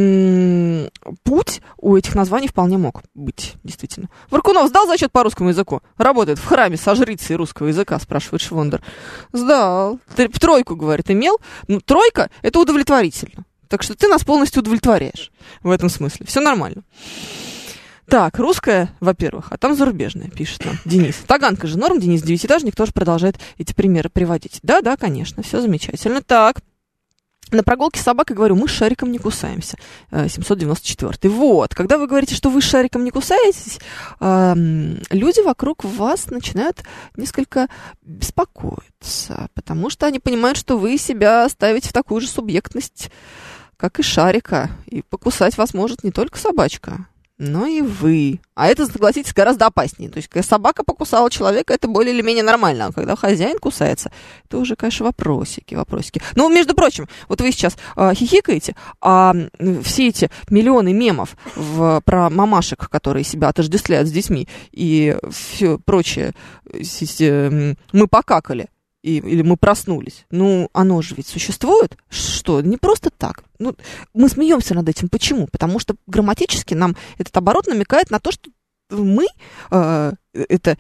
путь у этих названий вполне мог быть, действительно. Варкунов сдал зачет по русскому языку? Работает в храме со жрицей русского языка, спрашивает Швондер. Сдал. Тройку, говорит, имел. Ну, тройка — это удовлетворительно. Так что ты нас полностью удовлетворяешь в этом смысле. Все нормально. Так, русская, во-первых, а там зарубежная, пишет нам Денис. Таганка же норм, Денис Девятиэтажник тоже продолжает эти примеры приводить. Да, конечно, все замечательно. Так. На прогулке с собакой говорю, мы с шариком не кусаемся. 794. Вот, когда вы говорите, что вы с шариком не кусаетесь, люди вокруг вас начинают несколько беспокоиться, потому что они понимают, что вы себя ставите в такую же субъектность, как и шарика, и покусать вас может не только собачка, но и вы. А это, согласитесь, гораздо опаснее. То есть, когда собака покусала человека, это более или менее нормально. А когда хозяин кусается, это уже, конечно, вопросики. Ну, между прочим, вот вы сейчас хихикаете, а все эти миллионы мемов про мамашек, которые себя отождествляют с детьми, и все прочее, мы покакали, или мы проснулись. Ну, оно же ведь существует. Что? Не просто так. Ну, мы смеемся над этим. Почему? Потому что грамматически нам этот оборот намекает на то, что мы это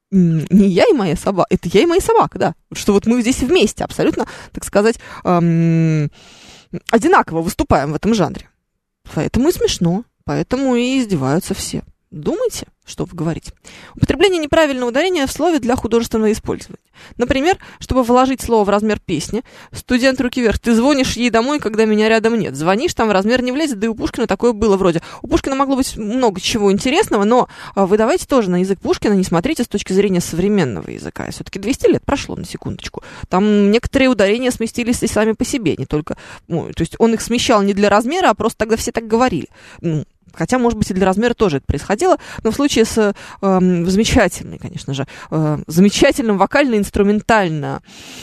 не я и моя собака, это я и моя собака, да. Что вот мы здесь вместе абсолютно, так сказать, одинаково выступаем в этом жанре. Поэтому и смешно, поэтому и издеваются все. Думайте, что вы говорите. Употребление неправильного ударения в слове для художественного использования. Например, чтобы вложить слово в размер песни. Студент, руки вверх. Ты звонишь ей домой, когда меня рядом нет. Звонишь, там в размер не влезет, да и у Пушкина такое было вроде. У Пушкина могло быть много чего интересного, но вы давайте тоже на язык Пушкина не смотрите с точки зрения современного языка. Все-таки 200 лет прошло, на секундочку. Там некоторые ударения сместились и сами по себе, не только... то есть он их смещал не для размера, а просто тогда все так говорили. Хотя, может быть, и для размера тоже это происходило, но в случае с замечательным вокально-инструментальным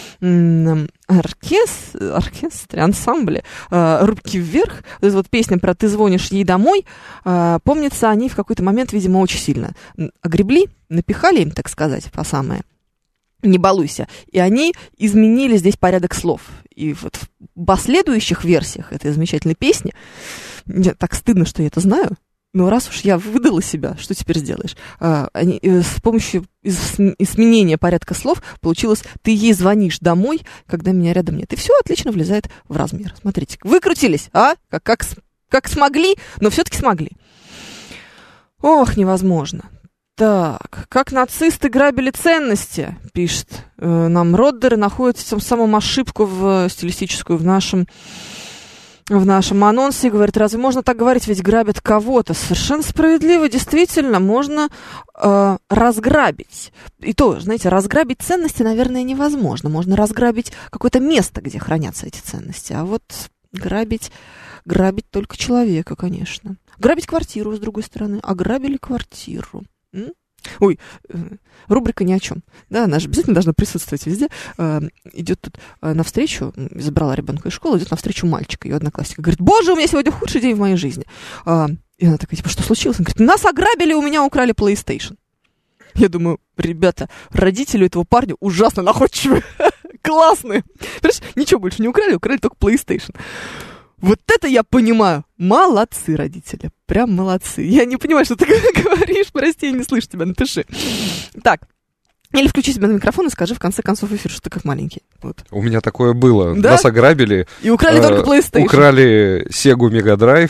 оркестре, ансамбле «Руки вверх», вот эта вот песня про «Ты звонишь ей домой», помнится, они в какой-то момент, видимо, очень сильно огребли, напихали им, так сказать, по самое «не балуйся», и они изменили здесь порядок слов. И вот в последующих версиях этой замечательной песни, мне так стыдно, что я это знаю, но раз уж я выдала себя, что теперь сделаешь? Они, с помощью изменения порядка слов получилось «ты ей звонишь домой, когда меня рядом нет». И все отлично влезает в размер. Смотрите, выкрутились, как смогли, но все-таки смогли. Ох, невозможно. Так, как нацисты грабили ценности, пишет нам Роддер, и находит тем самым ошибку стилистическую в нашем анонсе. Говорит, разве можно так говорить, ведь грабят кого-то? Совершенно справедливо, действительно, можно разграбить. И то, знаете, разграбить ценности, наверное, невозможно. Можно разграбить какое-то место, где хранятся эти ценности. А вот грабить только человека, конечно. Грабить квартиру, с другой стороны. Ограбили квартиру. Ой, рубрика ни о чем. Да, она же обязательно должна присутствовать везде. Идет тут навстречу, забрала ребенка из школы, идет навстречу мальчик, ее одноклассник. Говорит, боже, у меня сегодня худший день в моей жизни. И она такая, типа, что случилось? Он говорит, нас ограбили, у меня украли PlayStation. Я думаю, ребята, родители этого парня ужасно находчивые, классные. Понимаешь, ничего больше не украли только PlayStation. Вот это я понимаю. Молодцы, родители. Прям молодцы. Я не понимаю, что ты говоришь. Прости, я не слышу тебя. Напиши. Так. Или включи себя на микрофон и скажи в конце концов эфир, что ты как маленький. Вот. У меня такое было. Да? Нас ограбили. И украли только PlayStation. Украли Sega Mega Drive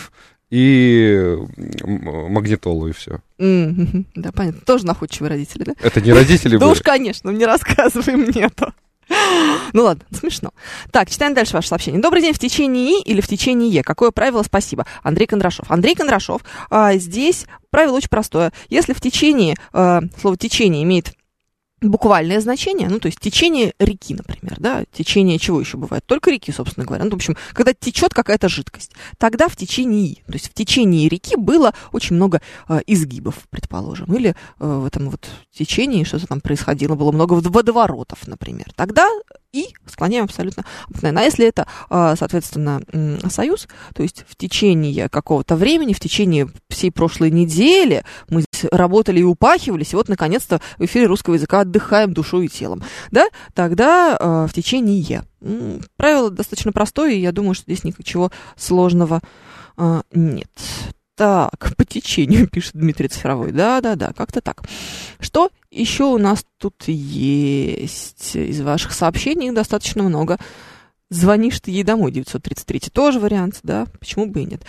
и магнитолу, и все. Да, понятно. Тоже находчивые родители, да? Это не родители были? Да уж, конечно. Не рассказывай мне это. Ну ладно, смешно. Так, читаем дальше ваше сообщение. Добрый день, в течение «и» или в течение «е»? Какое правило? Спасибо. Андрей Кондрашов. Андрей Кондрашов, здесь правило очень простое. Если в течение, слово «течение» имеет буквальное значение, ну, то есть течение реки, например, да, течение чего еще бывает? Только реки, собственно говоря. Ну, в общем, когда течет какая-то жидкость, тогда в течение, то есть в течение реки было очень много изгибов, предположим, или в этом вот течении что-то там происходило, было много водоворотов, например. Тогда «и» склоняем абсолютно обыкновенно. А если это, соответственно, союз, то есть в течение какого-то времени, в течение всей прошлой недели мы здесь работали и упахивались, и вот, наконец-то, в эфире русского языка отдыхаем душой и телом, да, тогда в течение. Правило достаточно простое, и я думаю, что здесь ничего сложного нет. Так, по течению, пишет Дмитрий Цифровой. Да, как-то так. Что еще у нас тут есть? Из ваших сообщений достаточно много. Звонишь ты ей домой, 933. Тоже вариант, да? Почему бы и нет?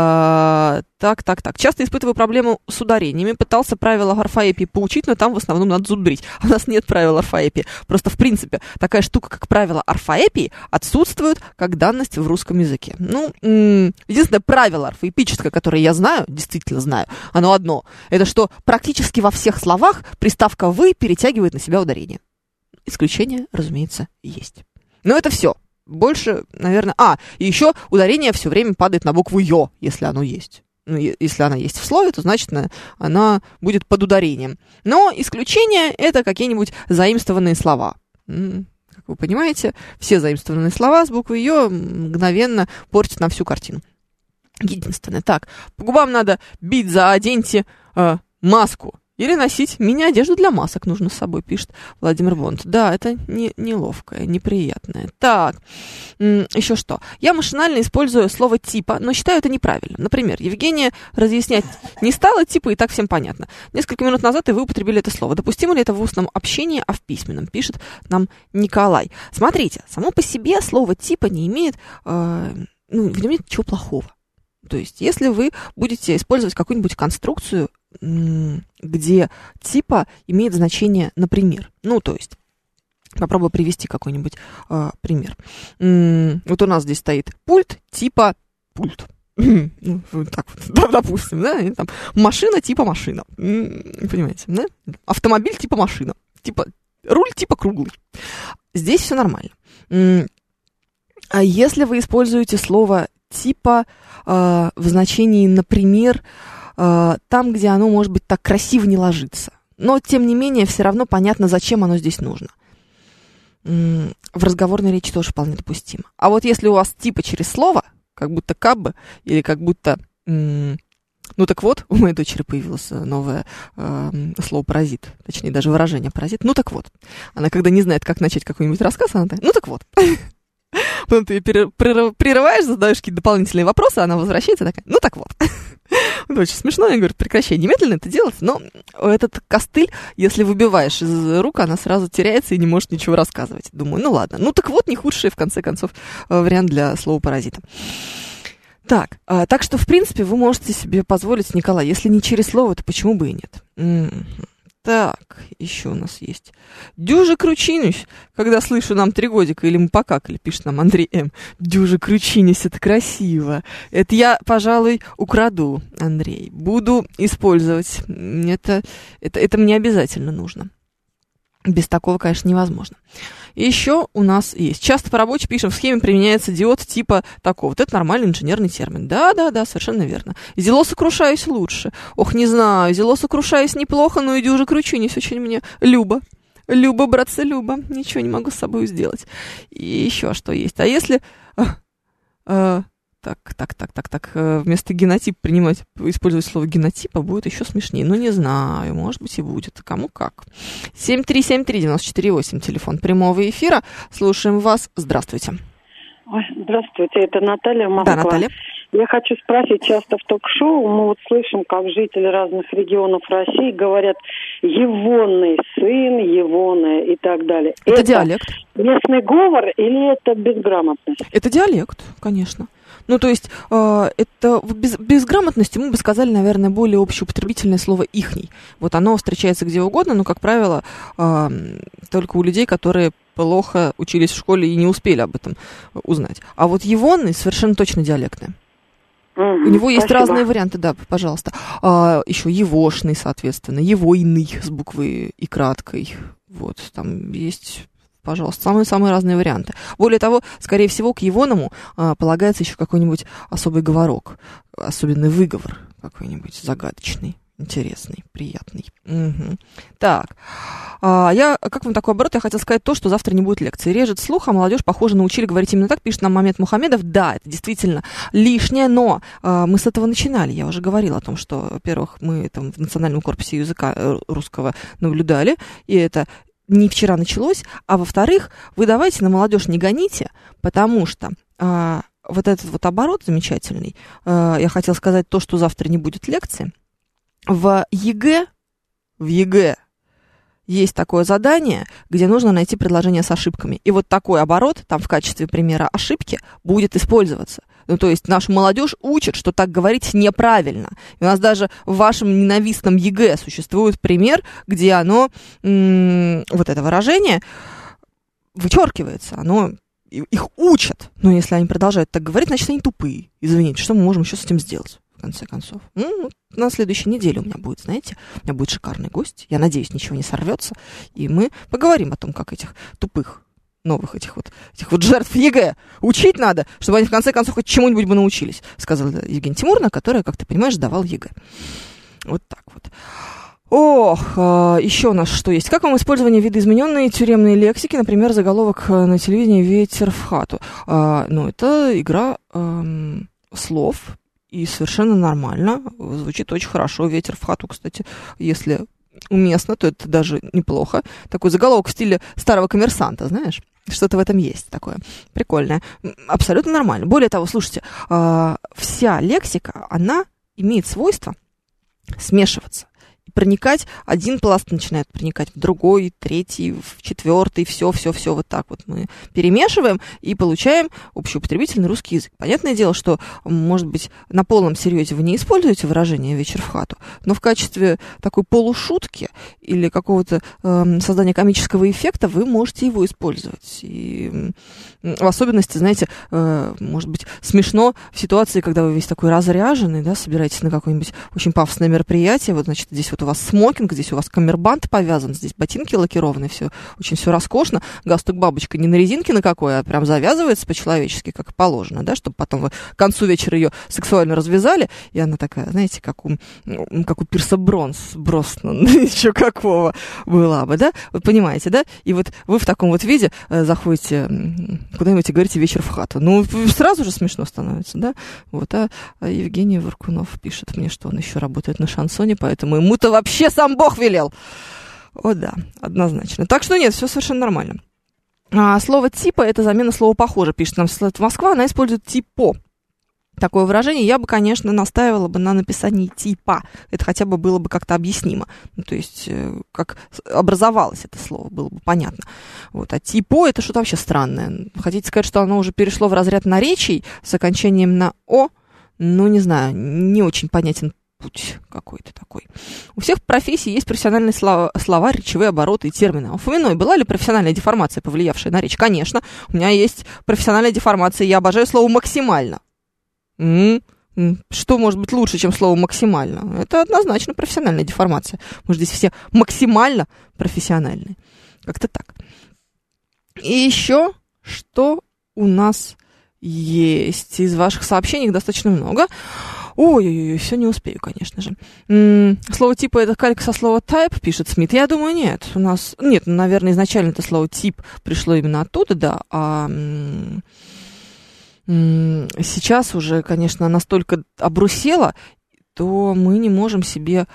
Так. Часто испытываю проблему с ударениями. Пытался правила орфоэпии поучить, но там в основном надо зубрить. У нас нет правил орфоэпии. Просто, в принципе, такая штука, как правила орфоэпии, отсутствует как данность в русском языке. Ну, единственное правило орфоэпическое, которое я знаю, действительно знаю, оно одно. Это что практически во всех словах приставка «вы» перетягивает на себя ударение. Исключения, разумеется, есть. Но это все. Больше, наверное... и еще ударение все время падает на букву «ё», если оно есть. Ну, если она есть в слове, то, значит, она будет под ударением. Но исключение — это какие-нибудь заимствованные слова. Как вы понимаете, все заимствованные слова с буквой «ё» мгновенно портят нам всю картину. Единственное. Так, по губам надо бить за «оденьте маску». Или носить мини-одежду для масок нужно с собой, пишет Владимир Бонд. Да, это неловкое, неприятное. Так, еще что? Я машинально использую слово «типа», но считаю это неправильно. Например, Евгения разъяснять не стала, типа и так всем понятно. Несколько минут назад и вы употребили это слово. Допустимо ли это в устном общении, а в письменном, пишет нам Николай. Смотрите, само по себе слово «типа» не имеет, в нем нет ничего плохого. То есть, если вы будете использовать какую-нибудь конструкцию, где типа имеет значение «например». Ну, то есть, попробую привести какой-нибудь пример. Вот у нас здесь стоит пульт типа пульт. Ну, так вот, допустим, да, и там машина типа машина. Понимаете, да? Автомобиль типа машина. Типа руль типа круглый. Здесь все нормально. А если вы используете слово типа в значении «например», там, где оно, может быть, так красиво не ложится. Но, тем не менее, все равно понятно, зачем оно здесь нужно. В разговорной речи тоже вполне допустимо. А вот если у вас типа через слово, как будто кабы, или как будто... Ну так вот, у моей дочери появилось новое слово «паразит». Точнее, даже выражение «паразит». Ну так вот. Она, когда не знает, как начать какой-нибудь рассказ, она так, ну так вот. Потом ты ее прерываешь, задаешь какие-то дополнительные вопросы, она возвращается такая, ну так вот. Это очень смешно, я говорю, прекращай немедленно это делать, но этот костыль, если выбиваешь из рук, она сразу теряется и не может ничего рассказывать. Думаю, ну ладно, ну так вот, не худший, в конце концов, вариант для слова «паразита». Так, так что, в принципе, вы можете себе позволить, Николай, если не через слово, то почему бы и нет? Так, еще у нас есть. Дюже кручинюсь, когда слышу нам 3 годика, или мы покакали, пишет нам Андрей М. Дюже кручинюсь, это красиво. Это я, пожалуй, украду, Андрей. Буду использовать. Это мне обязательно нужно. Без такого, конечно, невозможно. Еще у нас есть. Часто по рабочей пишем, в схеме применяется диод типа такого. Вот это нормальный инженерный термин. Да, совершенно верно. Зело сокрушаюсь лучше. Ох, не знаю, зело сокрушаюсь неплохо, но и дюже кручинюсь очень мне Люба. Люба, братцы, Люба. Ничего не могу с собой сделать. И еще что есть. А если... Так, вместо генотип использовать слово генотипа будет еще смешнее. Ну, не знаю, может быть и будет. Кому как. 7373948, телефон прямого эфира. Слушаем вас. Здравствуйте. Ой, здравствуйте, это Наталья, Москва. Да, Наталья. Я хочу спросить, часто в ток-шоу мы вот слышим, как жители разных регионов России говорят «егонный сын», «егоная» и так далее. Это диалект. Местный говор или это безграмотность? Это диалект, конечно. Ну, то есть, это безграмотностью мы бы сказали, наверное, более общеупотребительное слово «ихний». Вот оно встречается где угодно, но, как правило, только у людей, которые плохо учились в школе и не успели об этом узнать. А вот «егонный» совершенно точно диалектное. У него есть разные варианты, да, пожалуйста. Еще «егошный», соответственно, «егойный» с буквой и краткой. Вот, там есть... Пожалуйста, самые-самые разные варианты. Более того, скорее всего, к егоному полагается еще какой-нибудь особый говорок, особенный выговор какой-нибудь загадочный, интересный, приятный. Угу. Так, как вам такой оборот? Я хотела сказать то, что завтра не будет лекции. Режет слух, а молодежь, похоже, научили говорить именно так, пишет нам Мамед Мухамедов. Да, это действительно лишнее, но мы с этого начинали. Я уже говорила о том, что, во-первых, мы там в Национальном корпусе языка русского наблюдали, и это не вчера началось, а во-вторых, вы давайте на молодежь не гоните, потому что вот этот вот оборот замечательный, я хотела сказать то, что завтра не будет лекции, в ЕГЭ есть такое задание, где нужно найти предложение с ошибками. И вот такой оборот, там в качестве примера ошибки, будет использоваться. Ну, то есть нашу молодежь учат, что так говорить неправильно. И у нас даже в вашем ненавистном ЕГЭ существует пример, где оно, вот это выражение, вычеркивается. Оно, их учат. Но если они продолжают так говорить, значит, они тупые. Извините, что мы можем еще с этим сделать, в конце концов? На следующей неделе у меня будет, знаете, у меня будет шикарный гость. Я надеюсь, ничего не сорвется. И мы поговорим о том, как этих тупых новых этих вот жертв ЕГЭ учить надо, чтобы они в конце концов хоть чему-нибудь бы научились, сказала Евгения Тимуровна, которая, как ты понимаешь, сдавала ЕГЭ. Вот так вот. Ох, еще у нас что есть? Как вам использование видоизмененной тюремной лексики, например, заголовок на телевидении «Ветер в хату»? Это игра слов, и совершенно нормально, звучит очень хорошо. «Ветер в хату», кстати, если уместно, то это даже неплохо. Такой заголовок в стиле старого коммерсанта, знаешь? Что-то в этом есть такое прикольное. Абсолютно нормально. Более того, слушайте, вся лексика, она имеет свойство смешиваться. Проникать, один пласт начинает проникать в другой, третий, в четвертый, все вот так вот мы перемешиваем и получаем общеупотребительный русский язык. Понятное дело, что, может быть, на полном серьезе вы не используете выражение «вечер в хату», но в качестве такой полушутки или какого-то создания комического эффекта вы можете его использовать. И в особенности, знаете, может быть, смешно в ситуации, когда вы весь такой разряженный, да, собираетесь на какое-нибудь очень пафосное мероприятие, вот, значит, здесь вот у вас смокинг, здесь у вас камербанд повязан, здесь ботинки лакированные, все очень все роскошно, галстук-бабочка не на резинке на какой, а прям завязывается по-человечески, как положено, да, чтобы потом вы к концу вечера ее сексуально развязали, и она такая, знаете, как у Пирса Броснан, еще какого была бы, да, вы понимаете, да, и вот вы в таком вот виде заходите куда-нибудь и говорите «вечер в хату», ну, сразу же смешно становится, да, вот, а Евгений Варкунов пишет мне, что он еще работает на шансоне, поэтому ему-то вообще сам Бог велел. О, да, однозначно. Так что нет, все совершенно нормально. Слово «типа» — это замена слова «похоже», пишет нам Москва, она использует «типо». Такое выражение я бы, конечно, настаивала бы на написании «типа». Это хотя бы было бы как-то объяснимо. Ну, то есть, как образовалось это слово, было бы понятно. Вот. А «типо» — это что-то вообще странное. Хотите сказать, что оно уже перешло в разряд наречий с окончанием на «о»? Ну, не знаю, не очень понятен путь какой-то такой. У всех профессий есть профессиональные слова, речевые обороты и термины. У Фоминой была ли профессиональная деформация, повлиявшая на речь? Конечно. У меня есть профессиональная деформация, я обожаю слово «максимально». Что может быть лучше, чем слово «максимально»? Это однозначно профессиональная деформация. Мы здесь все максимально профессиональные. Как-то так. И еще, что у нас есть из ваших сообщений, их достаточно много. Ой-ой-ой, все не успею, конечно же. Слово «типа» — это калька со слова «type», пишет Смит. Я думаю, нет. У нас... Нет, наверное, изначально это слово «тип» пришло именно оттуда, да. А сейчас уже, конечно, настолько обрусело, то мы не можем себе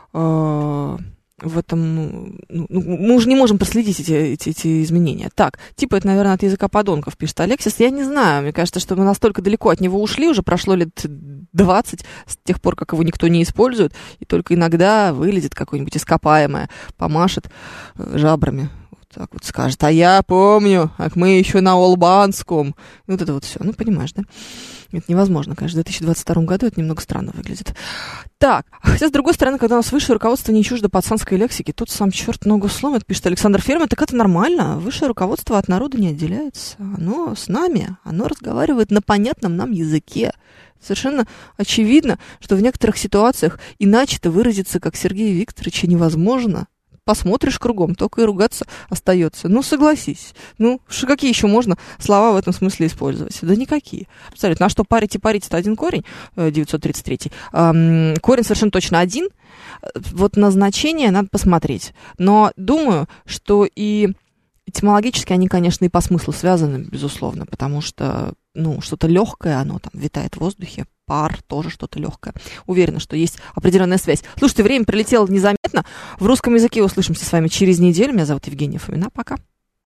в этом... мы уже не можем проследить эти изменения. Так, типа это, наверное, от языка подонков, пишет Алексис. Я не знаю, мне кажется, что мы настолько далеко от него ушли, уже прошло лет 20 с тех пор, как его никто не использует, и только иногда вылезет какое-нибудь ископаемое, помашет жабрами. Так вот скажет, а я помню, как мы еще на Олбанском. И вот это вот все. Ну, понимаешь, да? Это невозможно, конечно. В 2022 году это немного странно выглядит. Так, хотя, с другой стороны, когда у нас высшее руководство не чуждо пацанской лексики, тут сам черт ногу сломит, пишет Александр Фермер. Так это нормально. Высшее руководство от народа не отделяется. Оно с нами, оно разговаривает на понятном нам языке. Совершенно очевидно, что в некоторых ситуациях иначе-то выразиться, как Сергей Викторович, невозможно. Посмотришь кругом, только и ругаться остается. Ну, согласись. Ну, какие еще можно слова в этом смысле использовать? Да никакие. Абсолютно. А что парить и парить — это один корень, 933. Корень совершенно точно один. Вот на значение надо посмотреть. Но думаю, что и этимологически они, конечно, и по смыслу связаны, безусловно, потому что, ну, что-то легкое, оно там витает в воздухе, пар, тоже что-то легкое. Уверена, что есть определенная связь. Слушайте, время прилетело незаметно. В русском языке услышимся с вами через неделю. Меня зовут Евгения Фомина. Пока.